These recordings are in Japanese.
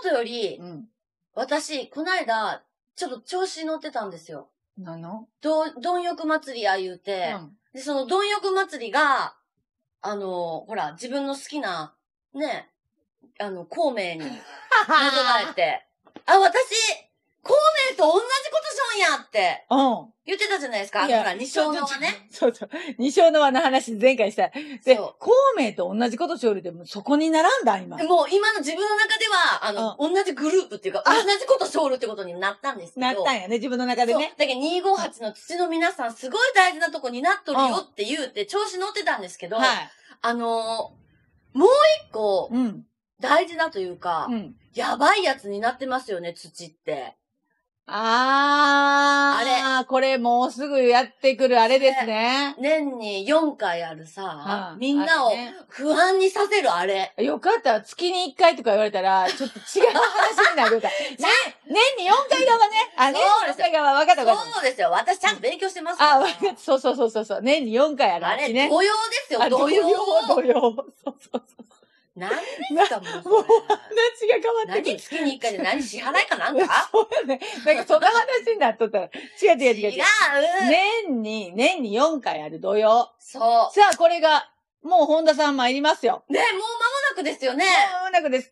ことより、 うん。 私、こないだ、ちょっと調子に乗ってたんですよ。 何の？ 貪欲祭りや言うて、で、その貪欲祭りが、ほら、自分の好きな、ね、孔明に、なぞらえて、あ、私、孔明と同じことしよんやって、言ってたじゃないですか。ほら、二章の輪ね。 そうそう。二章の輪の話前回した。で、孔明と同じことしよるでもそこに並んだ今。 もう今の自分の中では、同じグループっていうか、同じことしょるってことになったんですけど。 なったんやね、自分の中でね。 そう。だけど258の土の皆さん、すごい大事なとこになっとるよって言うて、調子乗ってたんですけど、 はい。 もう一個、大事なというか、やばいやつになってますよね、土って。 あれ。これもうすぐやってくるあれですね。 年に4回あるさ、みんなを不安にさせるあれ。 よかった。月に1回とか言われたら、ちょっと違う話になるから。年に4回側ね。年に4回側分かった分かった。 そうですよ。私ちゃんと勉強してますから。 分かった。そう。年に4回ある。 あれ、土曜ですよ、土曜。 そう。 何ですか、もう。 話が変わってくる。 何月に1回で何支払いかなんかそうね。なんかその話になっとったら。違う。年に4回ある土曜。 そう。 さあ、これが、もう本田さん参りますよ。 ね、もう間もなくですよね。 間もなくです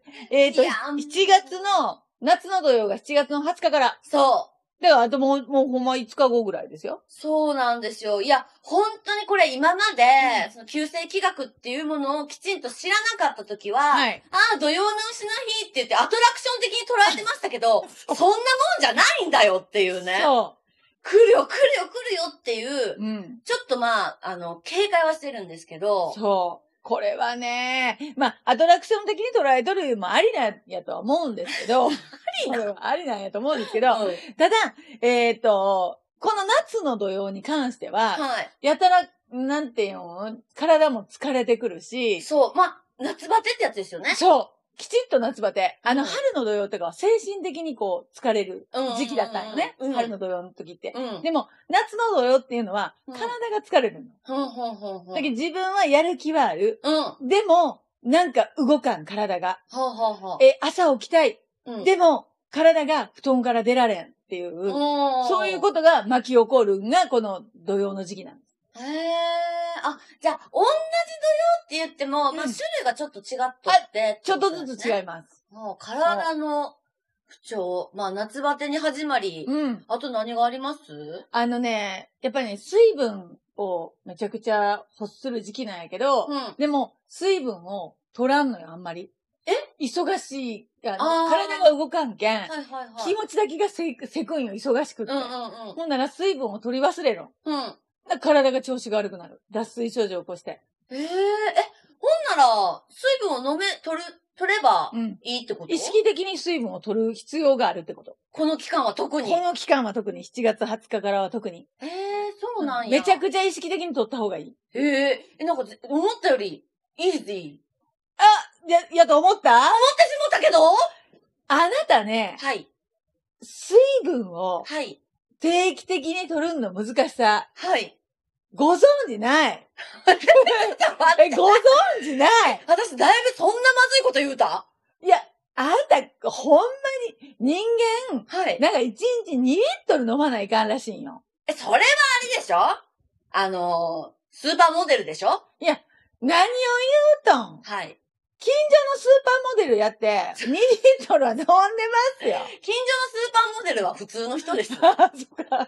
。7月の、夏の土曜が7月の20日から。 そう。 だから、あともうほんま5日後ぐらいですよ。 そうなんですよ。いや、本当にこれ今まで、その旧世紀学っていうものをきちんと知らなかったときは、はい、土曜の牛の日って言ってアトラクション的に捉えてましたけど、そんなもんじゃないんだよっていうね。そう。来るよっていう、ちょっと警戒はしてるんですけど。 そう。これはね、アトラクション的に捉えとるもありなんやとは思うんですけど、ありなんやと思うんですけど、ただ、この夏の土曜に関しては、やたら、なんていうの、体も疲れてくるし、 そう、夏バテってやつですよね。 そう。きちっと夏バテ。春の土曜とかは精神的に疲れる時期だったんよね。春の土曜の時って。でも、夏の土曜っていうのは、体が疲れるの。だけど自分はやる気はある。でも、なんか動かん、体が。朝起きたい。でも、体が布団から出られんっていう、そういうことが巻き起こるんが、この土曜の時期なんです。 じゃあ、同じ土曜って言っても、種類がちょっと違っとって、 ちょっとずつ違います。 もう体の不調、夏バテに始まり、あと何があります？ やっぱりね、水分をめちゃくちゃ欲する時期なんやけど、でも、水分を取らんのよ、あんまり。忙しい、体が動かんけん、気持ちだけがせくんよ、忙しくって。ほんなら水分を取り忘れろ。体が調子が悪くなる。脱水症状を起こして。 ほんなら、水分を取ればいいってこと？ 意識的に水分を取る必要があるってこと。 この期間は特に。 この期間は特に、7月20日からは特に。 そうなんや。 めちゃくちゃ意識的に取った方がいい。 なんか、思ったより、イージー。やと思った？ 思ってしもったけど？ あなたね。 はい。 水分を。はい。定期的に取るの難しさ。 はい。 ご存知ないご存知ない。 私だいぶそんなまずいこと言うた？ いや、あんた、ほんまに、人間、はい。なんか1日2リットル飲まないかんらしいんよ。 それはあれでしょ？スーパーモデルでしょ？ いや、何を言うとん？はい。近所のスーパーモデルやって、2リットルは飲んでますよ。 近所のスーパーモデルは普通の人です。そっか。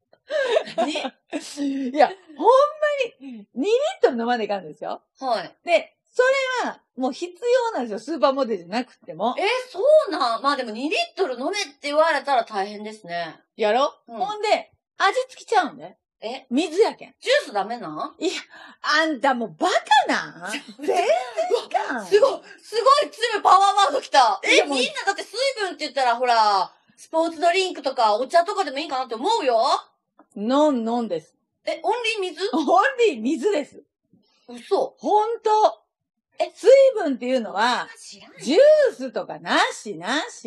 いや、ほんまに、2リットル飲まないかんですよ。はい。で、それは、もう必要なんですよ。スーパーモデルじゃなくても。 そうなん？でも2リットル飲めって言われたら大変ですね。 やろ？ほんで、味付きちゃうんね。水やけん。 ジュースダメなん？ いや、あんたもうバカなん？全然かん。 すごい強いパワーワード来た。みんなだって水分って言ったらほら、スポーツドリンクとかお茶とかでもいいかなって思うよ。 飲んです。 オンリー水？ オンリー水です。 嘘。 ほんと。水分っていうのは、ジュースとかなし。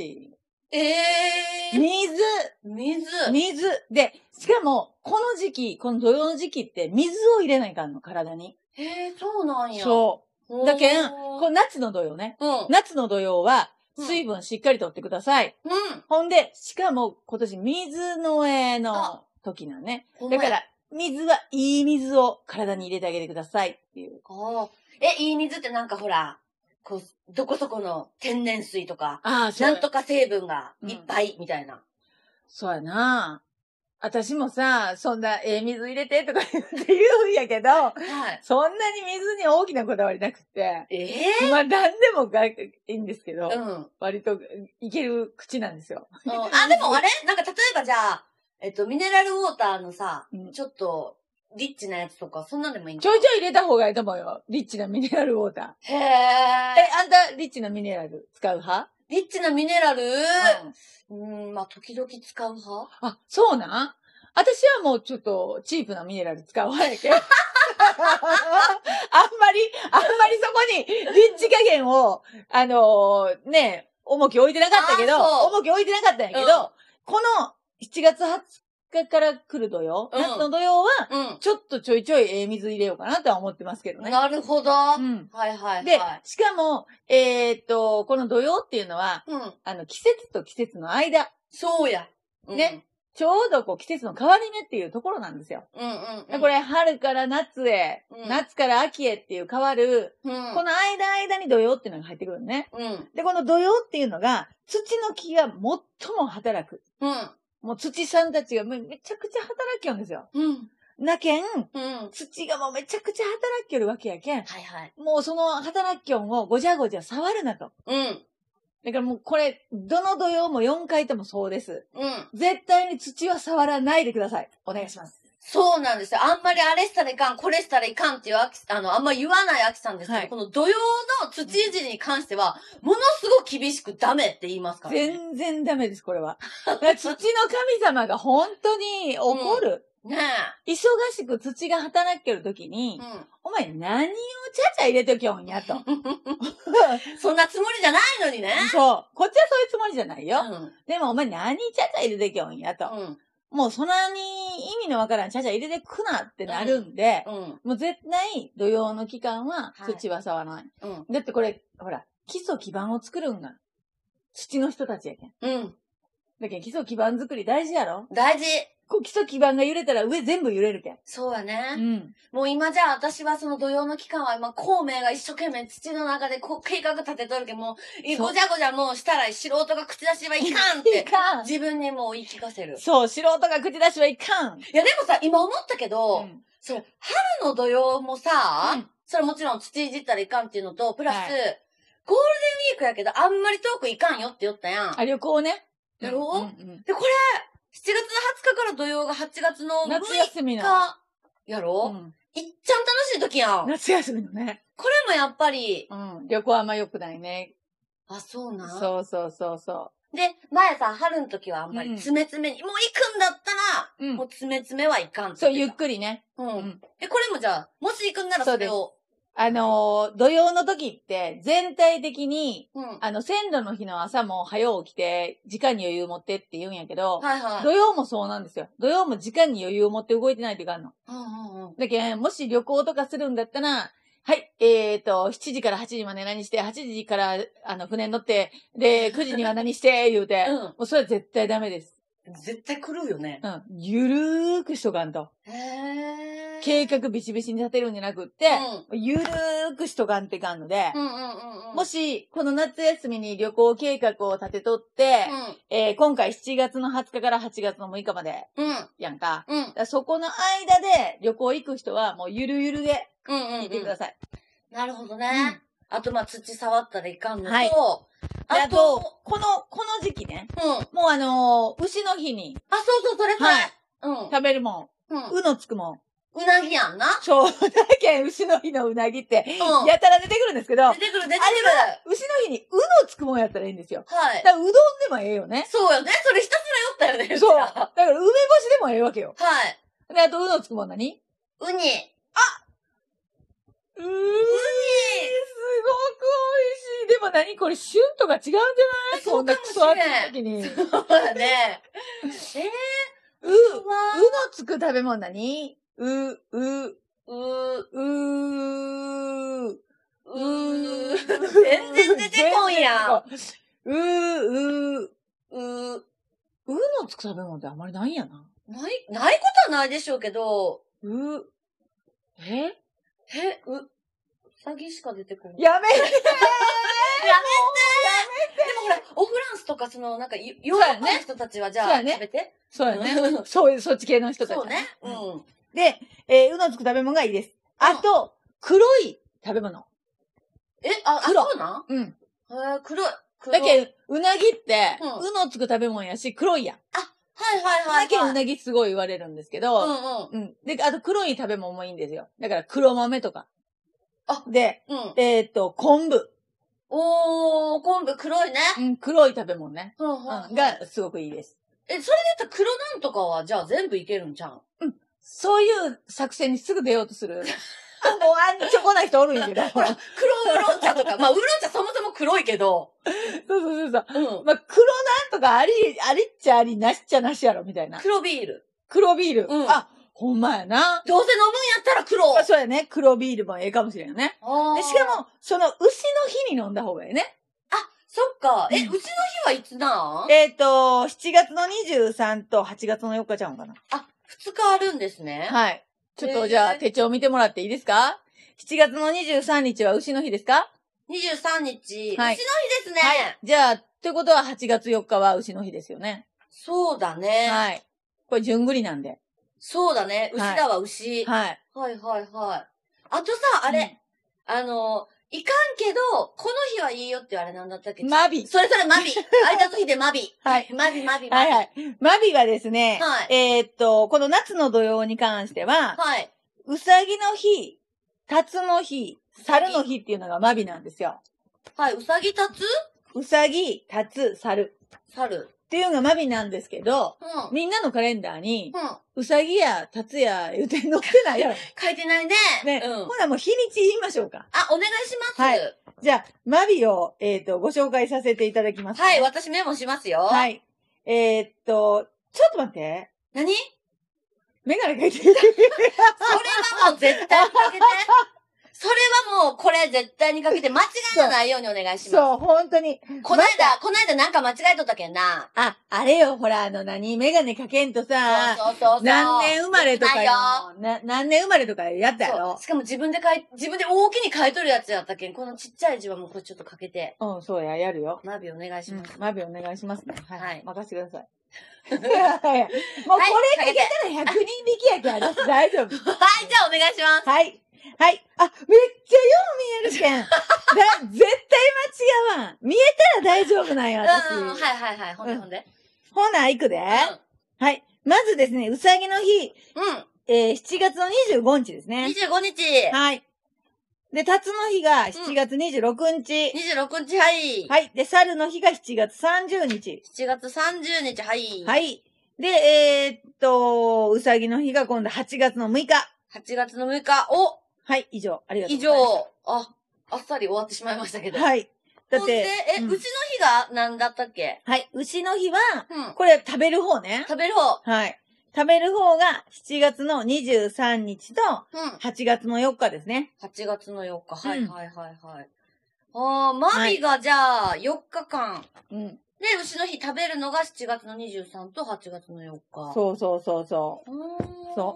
水。で、しかも、この時期、この土曜の時期って水を入れないかんの、体に。 そうなんや。 そう。だけん、この夏の土曜ね。夏の土曜は、 水分しっかりとってください。ほんで、しかも今年水の上の時なんね。だから、水はいい水を体に入れてあげてくださいっていう。 いい水ってなんかほら、こう、どこそこの天然水とか、なんとか成分がいっぱいみたいな。 そうやな。私もさ、そんな、水入れてとか言うんやけど、そんなに水に大きなこだわりなくて、まあ何でもいいんですけど、割といける口なんですよ。 でもあれなんか例えばじゃあ、ミネラルウォーターのさ、ちょっと、リッチなやつとか、そんなんでもいいんかな？ ちょいちょい入れた方がいいと思うよ。リッチなミネラルウォーター。あんた、リッチなミネラル使う派？ リッチなミネラルまあ、時々使う派？ そうなん私はもうちょっとチープなミネラル使う派やけ。あんまりそこにリッチ加減を、重き置いてなかったんやけど、この7月20日から来る土曜、夏の土曜は、ちょっとちょいちょい水入れようかなとは思ってますけどね。 なるほど。はい。 で、しかも、この土曜っていうのは、季節と季節の間。 そうや。 ね。ちょうど季節の変わり目っていうところなんですよ。これ、春から夏へ、夏から秋へっていう変わる、この間に土曜っていうのが入ってくるのね。で、この土曜っていうのが、土の木が最も働く。もう土さんたちがめちゃくちゃ働きよんですよ。なけん、土がもうめちゃくちゃ働きよるわけやけん。もうその働きよんをごじゃごじゃ触るなと。だからもうこれ、どの土曜も4回ともそうです。絶対に土は触らないでください。お願いします。 そうなんですよ。あんまりあれしたらいかん、これしたらいかんっていうあんま言わないアキさんですけど、この土曜の土いじりに関しては、ものすごく厳しくダメって言いますからね。 全然ダメです、これは。土の神様が本当に怒る。忙しく土が働けるときに、お前何をちゃちゃ入れときょんやと。 そんなつもりじゃないのにね。 そう。こっちはそういうつもりじゃないよ。でもお前何ちゃちゃ入れときょんやと。もうそんなに意味のわからんちゃちゃ入れてくなってなるんで、もう絶対土曜の期間は土は触らない。だってこれ、ほら、基礎基盤を作るんが土の人たちやけん。だけど基礎基盤作り大事やろ？ 大事。 基礎基盤が揺れたら上全部揺れるけん。 そうやね。もう今じゃあ私はその土曜の期間は今孔明が一生懸命土の中で計画立てとるけん、もうごちゃごちゃもうしたら素人が口出しはいかんって。自分にもう言い聞かせる。 そう、素人が口出しはいかん。 いやでもさ、今思ったけど、それ春の土曜もさ、それもちろん土いじったらいかんっていうのと、プラス、ゴールデンウィークやけどあんまり遠くいかんよって言ったやん。 旅行ね。 やろで、これ、7月の20日から土曜が8月の6日。 夏休みの。 やろいっちゃん楽しい時やん。 夏休みのね。 これもやっぱり。 旅行あんま良くないね。 そうな。 そう。 で、前さ、春の時はあんまり詰め詰めに、もう行くんだったら、もう詰め詰めはいかんって。 そう、ゆっくりね。 これもじゃあ、もし行くんならそれを。 土曜の時って全体的に、線路の日の朝も早起きて、時間に余裕を持ってって言うんやけど、土曜もそうなんですよ。土曜も時間に余裕を持って動いてないといかんの。だけど、もし旅行とかするんだったら、はい、7時から8時まで何して、8時から、船に乗って、で、9時には何して、言うて、もうそれは絶対ダメです。 絶対狂うよね。 ゆるーくしとかんと。計画ビシビシに立てるんじゃなくって、ゆるーくしとかんといかんので、もし、この夏休みに旅行計画を立てとって、今回7月の20日から8月の6日まで、やんか。そこの間で旅行行く人は、もうゆるゆるで、行ってください。 なるほどね。あと、土触ったらいかんのと、 あと、この時期ね。もう牛の日に。 そう、それ。 食べるもん。うのつくもん。 うなぎやんな。 そう。だけん、牛の日のうなぎって、やたら出てくるんですけど。 出てくる。あれは、牛の日にうのつくもんやったらいいんですよ。だからうどんでもええよね。 そうよね。それひたすら酔ったよね。 そう。だから梅干しでもええわけよ。で、あとうのつくもん何？ ウニ。 ウニすごく美味しい。でも何これ旬とか違うんじゃない？そんなクソ暑い時に。 そうだね。 うのつく食べ物何？全然出てこんやん。 のつく食べ物ってあんまりないんやな。 ないことはないでしょうけど、うさぎしか出てこない。 やめてでもほら、オフランスとかなんか、ヨーロッパの人たちはじゃあ、食べて。 そうやね。そっち系の人たち。 そうね。 で、のつく食べ物がいいです。あと、黒い食べ物。 そうなん？黒い。 だけうなぎって、のつく食べ物やし、黒いやん。だけうなぎすごい言われるんですけど、で、あと黒い食べ物もいいんですよ。だから黒豆とか。で、昆布。 昆布黒いね。 黒い食べ物ね。がすごくいいです。 それで言ったら黒なんとかは、じゃあ全部いけるんちゃう？ そういう作戦にすぐ出ようとする。もうアンチョコな人おるんやけど。 ほら、黒ウーロン茶とか。まあ、ウーロン茶そもそも黒いけど。 そう。まあ、黒なんとかありっちゃあり、なしっちゃなしやろ、みたいな。 黒ビール。 ほんまやな。 どうせ飲むんやったら黒。 そうやね。黒ビールもええかもしれんよね。で、しかも、その、牛の日に飲んだ方がいいね。 そっか。牛の日はいつなん ？7月の23と8月の4日ちゃうんかな。 2日あるんですね。 はい。ちょっとじゃあ手帳見てもらっていいですか？ 7 月の23日は牛の日ですか？ 23日、はい、牛の日ですね。 はい。じゃあ、ということは8月4日は牛の日ですよね。 そうだね。 はい。これ順繰りなんで。 そうだね。牛だわ、牛。 はい。 あとさ、あれ、いかんけど、この日はいいよってあれなんだったっけ？ マビ。 それマビ。間の日でマビ。はい。マビ。 マビはですね、はい。この夏の土曜に関しては、はい。うさぎの日、タツの日、猿の日っていうのがマビなんですよ。 はい。うさぎタツ？ うさぎ、タツ、猿。っていうのがマビなんですけど、みんなのカレンダーに、うさぎやタツや言うて載ってないやろ。 書いてないね。 ね。ほなもう日にち言いましょうか。 お願いします。 はい。じゃあ、マビを、ご紹介させていただきます、 はい、私メモしますよ。 はい。ちょっと待って。 何？ メガネかけてる。それはもう絶対にかけて。それはもう、これ絶対にかけて、間違いのないようにお願いします。 そう、本当に。 この間なんか間違えとったけんな。 あれよ、ほら、メガネかけんとさ、何年生まれとかよ。何年生まれとかやったやろ。 しかも自分で大きに書いとるやつやったけん、このちっちゃい字はもうこれちょっとかけて。 そうや、やるよ。 マビお願いします。 マビお願いしますね。はい。任せてください。もうこれかけたら100人引きやけん、大丈夫。 はい、じゃあお願いします。 はい。めっちゃよう見えるけん。絶対間違わん。見えたら大丈夫なんや、私。 はい。ほんで。 ほな、行くで。はい。まずですね、うさぎの日。7月の25日ですね。 25日。 はい。で、タツの日が7月26日。 26日、はい。 はい。で、猿の日が7月30日。 7月30日、はい。 はい。で、うさぎの日が今度8月の6日。 8月の6日、 はい、以上。ありがとうございます。 あっさり終わってしまいましたけど。 はい。 だって、牛の日が何だったっけ？ はい。牛の日は、これ食べる方ね。 食べる方。 はい。食べる方が7月の23日と8月の4日ですね。 8月の4日。はい。マビがじゃあ4日間。で、牛の日食べるのが7月の23と8月の4日。 そう。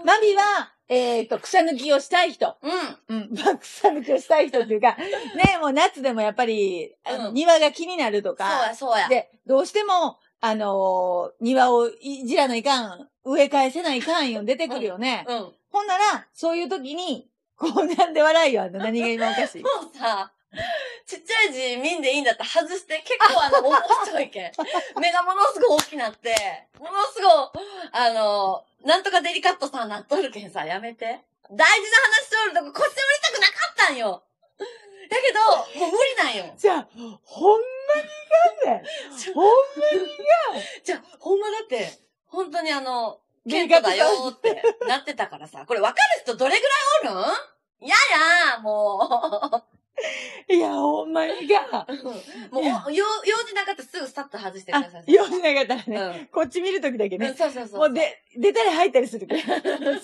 マビは、草抜きをしたい人。草抜きをしたい人っていうか、ね、もう夏でもやっぱり、庭が気になるとか。 そうや。 で、どうしても、庭をいじらないかん、植え替えせないかんよ、出てくるよね。ほんなら、そういう時に、なんで笑いよ、何が今おかしい。 もうさ、ちっちゃい字見んでいいんだったら外して、結構面白いけん。目がものすごい大きなって、ものすごい、なんとかデリカットさんなっとるけんさ、やめて。大事な話しとるとこ、こっちで売りたくなかったんよ。だけど、もう無理なんよ。 じゃあ、ほんまにいかんねん。ほんまにいかん。 じゃあ、ほんまだって、本当にケントだよってなってたからさ、これ分かる人どれぐらいおるん？ややもう。 いや、ほんまにか。 もう、用事なかったらすぐスタッと外してください。 用事なかったらね、こっち見るときだけね。 そう。 もう出たり入ったりするから。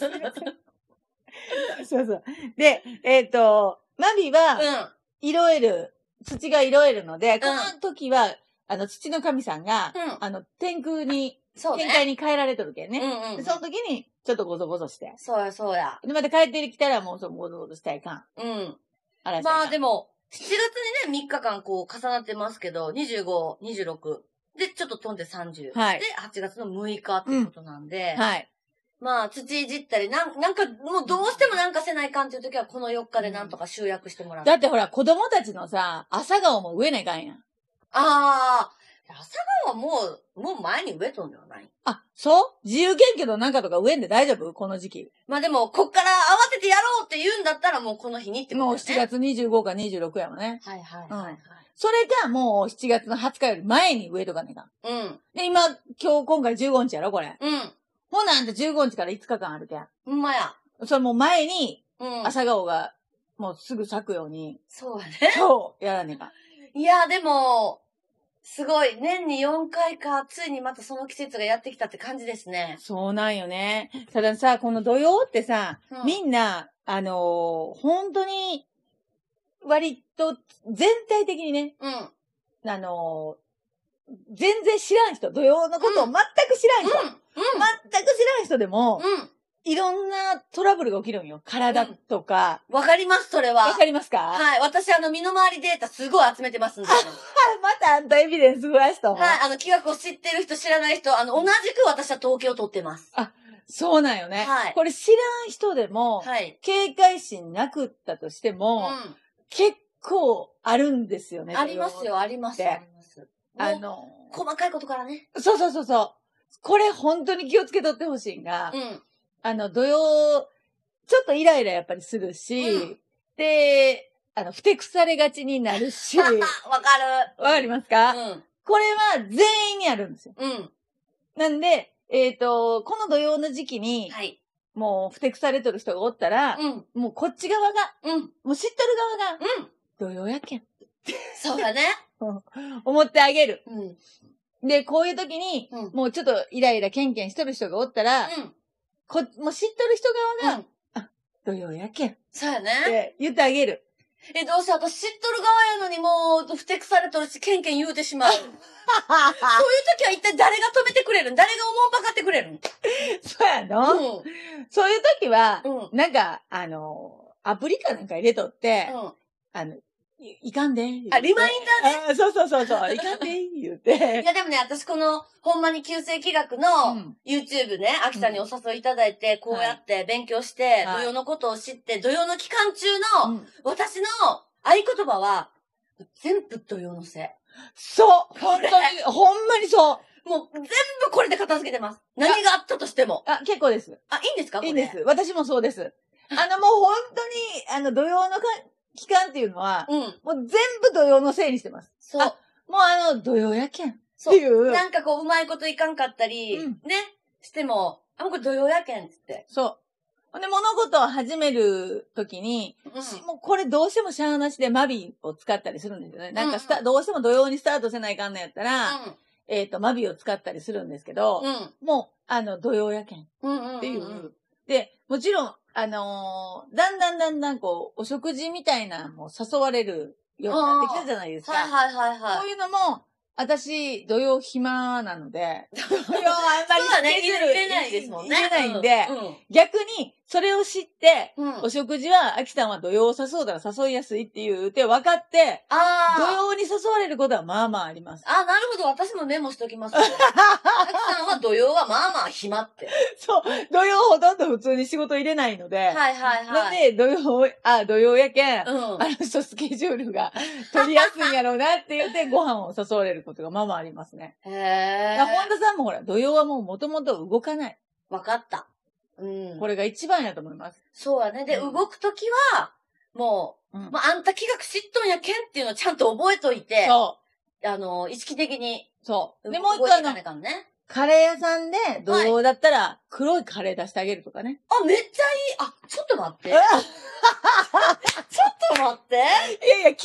そう。で、マビは、土が色えるので、この時は、 土の神さんが、天空に、天界に帰られとるけんね。その時に、ちょっとゴゾゴゾして。 そうや、そうや。 で、また帰ってきたらもうそのゴゾゴゾしたらいかん。 まあでも、7月にね、3日間こう重なってますけど、25、26。で、ちょっと飛んで30。はい。で、8月の6日ってことなんで。はい。まあ、土いじったり、なんか、もうどうしてもなんかせないかんっていう時は、この4日でなんとか集約してもらう。 だってほら、子供たちのさ、朝顔も植えないかんやん。 ああ、朝顔はもう前に植えとんではない。 あ、そう自由研究のなんかとか植えんで大丈夫この時期。 まあでも、こっから慌ててやろうって言うんだったらもうこの日にってことね。 もう7月25か26やもんね。 はいはいはい、はい。 それがもう7月の20日より前に植えとかねえかん。で、今回15日やろこれ。ほな、あんた15日から5日間あるけん。 ほんまや。 それもう前に、朝顔がもうすぐ咲くように。 そうやね。 そう、やらねえか。 いや、でも、すごい。年に4回か、ついにまたその季節がやってきたって感じですね。 そうなんよね。たださ、この土曜ってさ、みんな、本当に、割と、全体的にね、全然知らん人、土曜のことを全く知らん人、全く知らん人でも、いろんなトラブルが起きるんよ。体とか。 わかります、それは。 わかりますか？ はい。私、身の回りデータすごい集めてますんで。 またあんたエビデンス増やしたはい。企画を知ってる人、知らない人、同じく私は統計を取ってます。 あ、そうなんよね。はい。これ知らん人でも、はい。警戒心なくったとしても、結構あるんですよね。 ありますよ、あります、あります。細かいことからね。 そうそうそうそう。これ本当に気をつけとってほしいんが、土曜、ちょっとイライラやっぱりするし、で、ふてくされがちになるし。 わかる。 わかりますか？これは全員にあるんですよ。なんで、この土曜の時期に、はい。もう、ふてくされとる人がおったら、もうこっち側が、もう知っとる側が、土曜やけん。 そうだね。 思ってあげる。で、こういう時に、もうちょっとイライラケンケンしとる人がおったら、もう知っとる人側が、土曜やけん。 そうやね。 って言ってあげる。 どうせ私知っとる側やのにもう、ふてくされとるし、ケンケン言うてしまう。そういう時は一体誰が止めてくれるん？誰がおもんぱかってくれるん？ そうやの？そういう時は、なんか、アプリかなんか入れとって、いかんで。 リマインダーね。 そう。いかんで、言うて。 いやでもね、私この、ほんまに旧世紀学の YouTube ね、秋さんにお誘いいただいて、こうやって勉強して、土曜のことを知って、土曜の期間中の、私の合言葉は、全部土曜のせい。 そう本当に、ほんまにそう。 もう全部これで片付けてます。何があったとしても。 結構です。 いいんですか？ いいんです。私もそうです。もう本当に、土曜の期間っていうのは、もう全部土曜のせいにしてます。 そう。 もう土曜やけん。っていう。 なんかこう、うまいこといかんかったり、ね、しても、これ土曜やけんっつって。 そう。で、物事を始めるときに、もうこれどうしてもしゃーなしでマビを使ったりするんですよね。なんかどうしても土曜にスタートせないかんのやったら、マビを使ったりするんですけど、もう、土曜やけん。っていう。で、もちろん、だんだんこう、お食事みたいなのも誘われるようになってきたじゃないですか。はい。そういうのも、私、土曜暇なので、土曜あんまりそうだね、入れないですもんね。 入れないんで、逆に、それを知って、お食事は、秋さんは土曜を誘うたら誘いやすいっていうて分かって、土曜に誘われることはまあまああります。 なるほど。私もメモしときます。秋さんは土曜はまあまあ暇って。 そう。土曜ほとんど普通に仕事入れないので。なんで、土曜やけん、人スケジュールが取りやすいんやろうなって言ってご飯を誘われることがまあまあありますね。本田さんもほら、土曜はもう元々動かない。 わかった。 これが一番やと思います。 そうやね。で、動くときは、もう、あんた気学知っとんやけんっていうのをちゃんと覚えといて、そう。意識的に。 そう。で、もう一個カレー屋さんで土曜だったら、黒いカレー出してあげるとかね。 めっちゃいい。ちょっと待って。ちょっと待って。いや、 急に。ある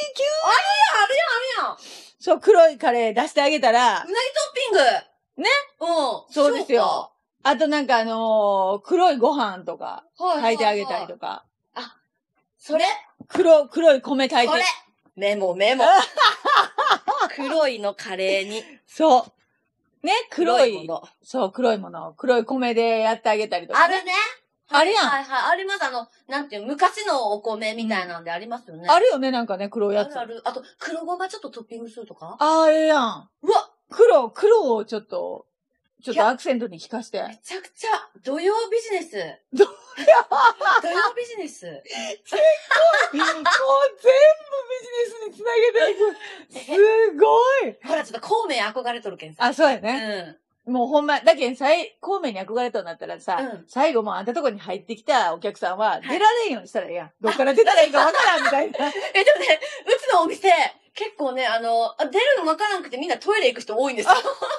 やん。 そう、黒いカレー出してあげたら。 うなぎトッピング。ね。 そうですよ。あとなんか黒いご飯とか、炊いてあげたりとか。 それ黒い米炊いて。 メモ。 黒いのカレーに。 そう。ね、黒いもの。 そう、黒いもの。黒い米でやってあげたりとか、 ね。あるね。 あるやん。 はいはい。あります。なんていう、昔のお米みたいなんでありますよね。 あるよね、なんかね、黒いやつ。 ある。あと、黒ごまちょっとトッピングするとかええやん。 うわ黒をちょっとアクセントに効かして。 めちゃくちゃ、土曜ビジネス。土曜ビジネス。 すごい。もう全部ビジネスにつなげていく。すごい。 ほら、ちょっと孔明憧れとるけんさ。 そうやね。もうほんま、だけん孔明に憧れとなったらさ、最後もうあんたとこに入ってきたお客さんは、出られんようにしたらいいやん。どっから出たらいいかわからんみたいな。 でもね、うちのお店、結構ね、出るのわからんくてみんなトイレ行く人多いんですよ。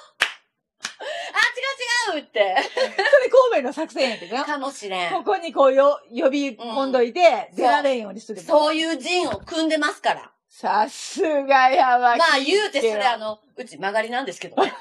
違うって。 それ孔明の作戦やけどな。 かもしれん。 ここにこう呼び込んどいて、出られんようにする。 そういう陣を組んでますから。 さすがやわ。 まあ言うてそれうち曲がりなんですけどね。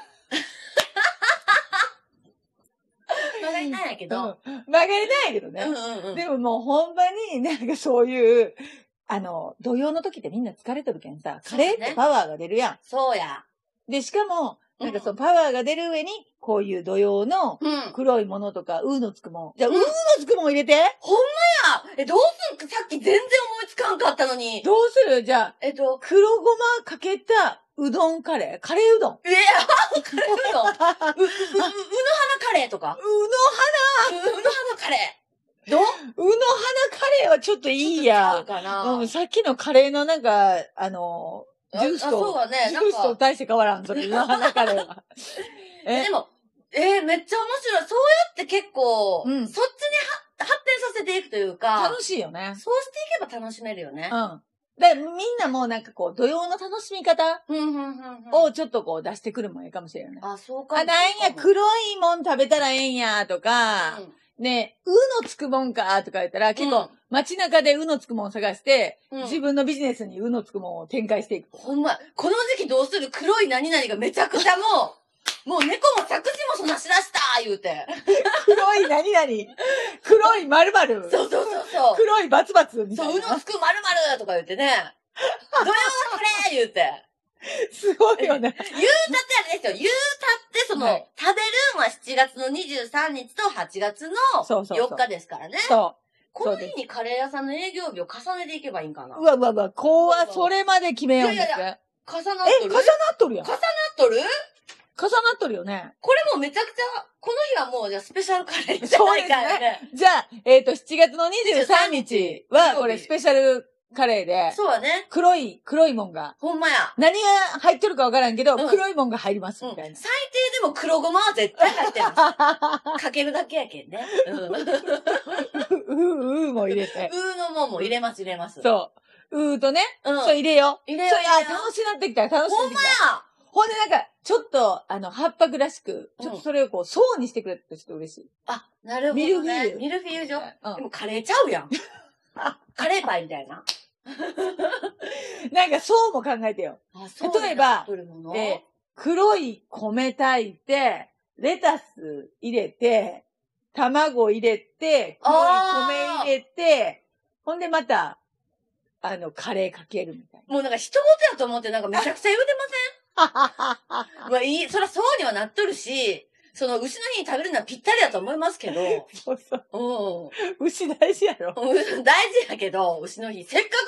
曲がりなんやけど。 曲がりなんやけどね。でももうほんまになんかそういう、土曜の時ってみんな疲れとるけんさ、カレーってパワーが出るやん。 そうや。 で、しかも、なんかパワーが出る上に、こういう土曜の黒いものとか、うのつくもん。じゃあ、うのつくもん入れて。 ほんまや。どうすんさっき全然思いつかんかったのに。 どうするじゃあ、黒ごまかけたうどんカレーカレーうどん。 カレーうどんうの花カレーとか。うの花カレー。どうの花カレーはちょっといいや。さっきのカレーのなんか、ジュースと、ジュースと大して変わらん、それ、うの花カレーは。 でも、めっちゃ面白い。そうやって結構、そっちに発展させていくというか。 楽しいよね。 そうしていけば楽しめるよね。 みんなもなんか土曜の楽しみ方をちょっと出してくるもんいいかもしれないね。 そうか。 なんや、黒いもん食べたらええんや、とか、ね、うのつくもんか、とか言ったら、結構、街中でうのつくもんを探して、自分のビジネスにうのつくもんを展開していく。 ほんま、この時期どうする黒い何々がめちゃくちゃもう猫も作詞もそんなしだした言うて。 黒い何々黒い〇〇 そう。 黒いバツバツみたいな。 そう、うのつく〇〇とか言ってね。土曜はこれ言うて。 すごいよね。 言うたってあれですよ。言うたって食べるんは7月の23日と8月の4日ですからね。この日にカレー屋さんの営業日を重ねていけばいいんかな。 うわ、こうはそれまで決めようんですね。 重なっとる重なっとるやん。 重なっとる重なっとるよね。 これもめちゃくちゃ、この日はもうじゃあスペシャルカレーじゃないからね。 じゃあ、7月の23日は、これスペシャルカレーで。 そうだね。 黒いもんが。 ほんまや。 何が入ってるかわからんけど、黒いもんが入ります、みたいな。 最低でも黒ごまは絶対入ってます。かけるだけやけんね。 も入れて。 のもんも入れます。 そう。とね。そう入れよう。楽しなってきた。 ほんまや。 ほんでなんか、ちょっと、八白らしく、ちょっとそれを層にしてくれたらちょっと嬉しい。 なるほど、ね。ミルフィーユ状。でもカレーちゃうやん。カレーパイみたいな。 なんか層も考えてよ。例えば、黒い米炊いて、レタス入れて、卵入れて、黒い米入れて、ほんでまた、カレーかけるみたいな。 もうなんか一言やと思ってなんかめちゃくちゃ言うてませんまあそらそうにはなっとるし、その牛の日に食べるのはぴったりだと思いますけど。 そう。牛大事やろ。 大事やけど、牛の日。せっかく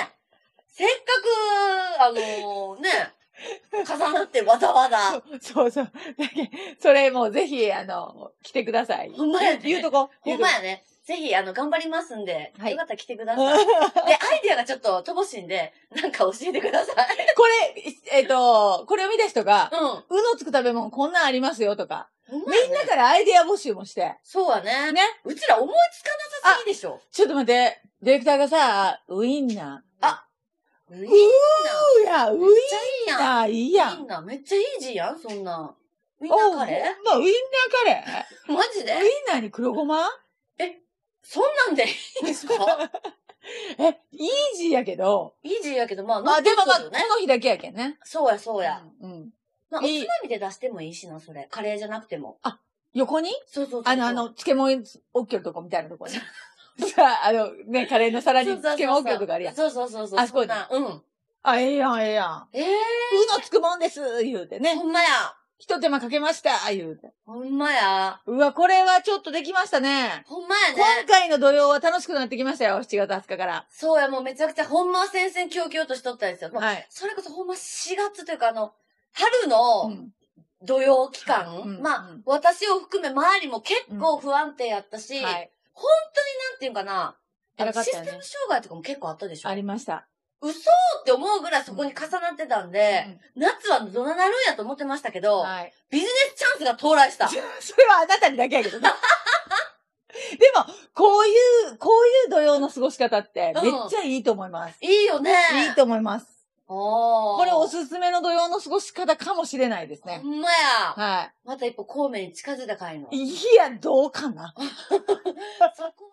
重なってわざわざ。 そう。だけそれもうぜひ、来てください。 ほんまやね。 言うとこ。 ほんまやね。ぜひ、頑張りますんで、よかったら来てください。で、アイディアがちょっと乏しいんで、なんか教えてください。 これ、これを見た人が、うのつく食べ物こんなんありますよとか、みんなからアイディア募集もして。 そうやね。 ね。 うちら思いつかなさすぎでしょ。 ちょっと待って、ディレクターがさ、ウインナー。 ウインナー。ウインナーいいやん。 ウインナーめっちゃイージーやん、そんな。ウインナーカレーウインナーカレーマジでウインナーに黒ごまそんなんでいいんですかイージーやけど。 イージーやけど、まあ、でもこの日だけやけんね。 そうや。まあ、おつまみで出してもいいしな、それ。カレーじゃなくても。 横にそう。 漬物置けるとこみたいなとこね。さあ、カレーの皿に漬物置けるとこあるやん。 そう。 あそこに。 あ、ええやん、ええやん。うのつくもんです、言うてね。 ほんまや。 一手間かけました、言うて。 ほんまや。 うわ、これはちょっとできましたね。 ほんまやね。 今回の土曜は楽しくなってきましたよ、7月20日から。 そうや、もうめちゃくちゃほんまは戦々恐々としとったんですよ。はい。それこそほんま4月というか春の土曜期間、まあ、私を含め周りも結構不安定やったし、本当になんていうかな、システム障害とかも結構あったでしょ？ ありました。 嘘って思うぐらいそこに重なってたんで、夏はどうなるんやと思ってましたけど、ビジネスチャンスが到来した。 それはあなたにだけやけどね。でも、こういう土曜の過ごし方ってめっちゃいいと思います。 いいよね。 いいと思います。これおすすめの土曜の過ごし方かもしれないですね。 ほんまや。 はい。 また一歩孔明に近づいたかいの。 いや、どうかな。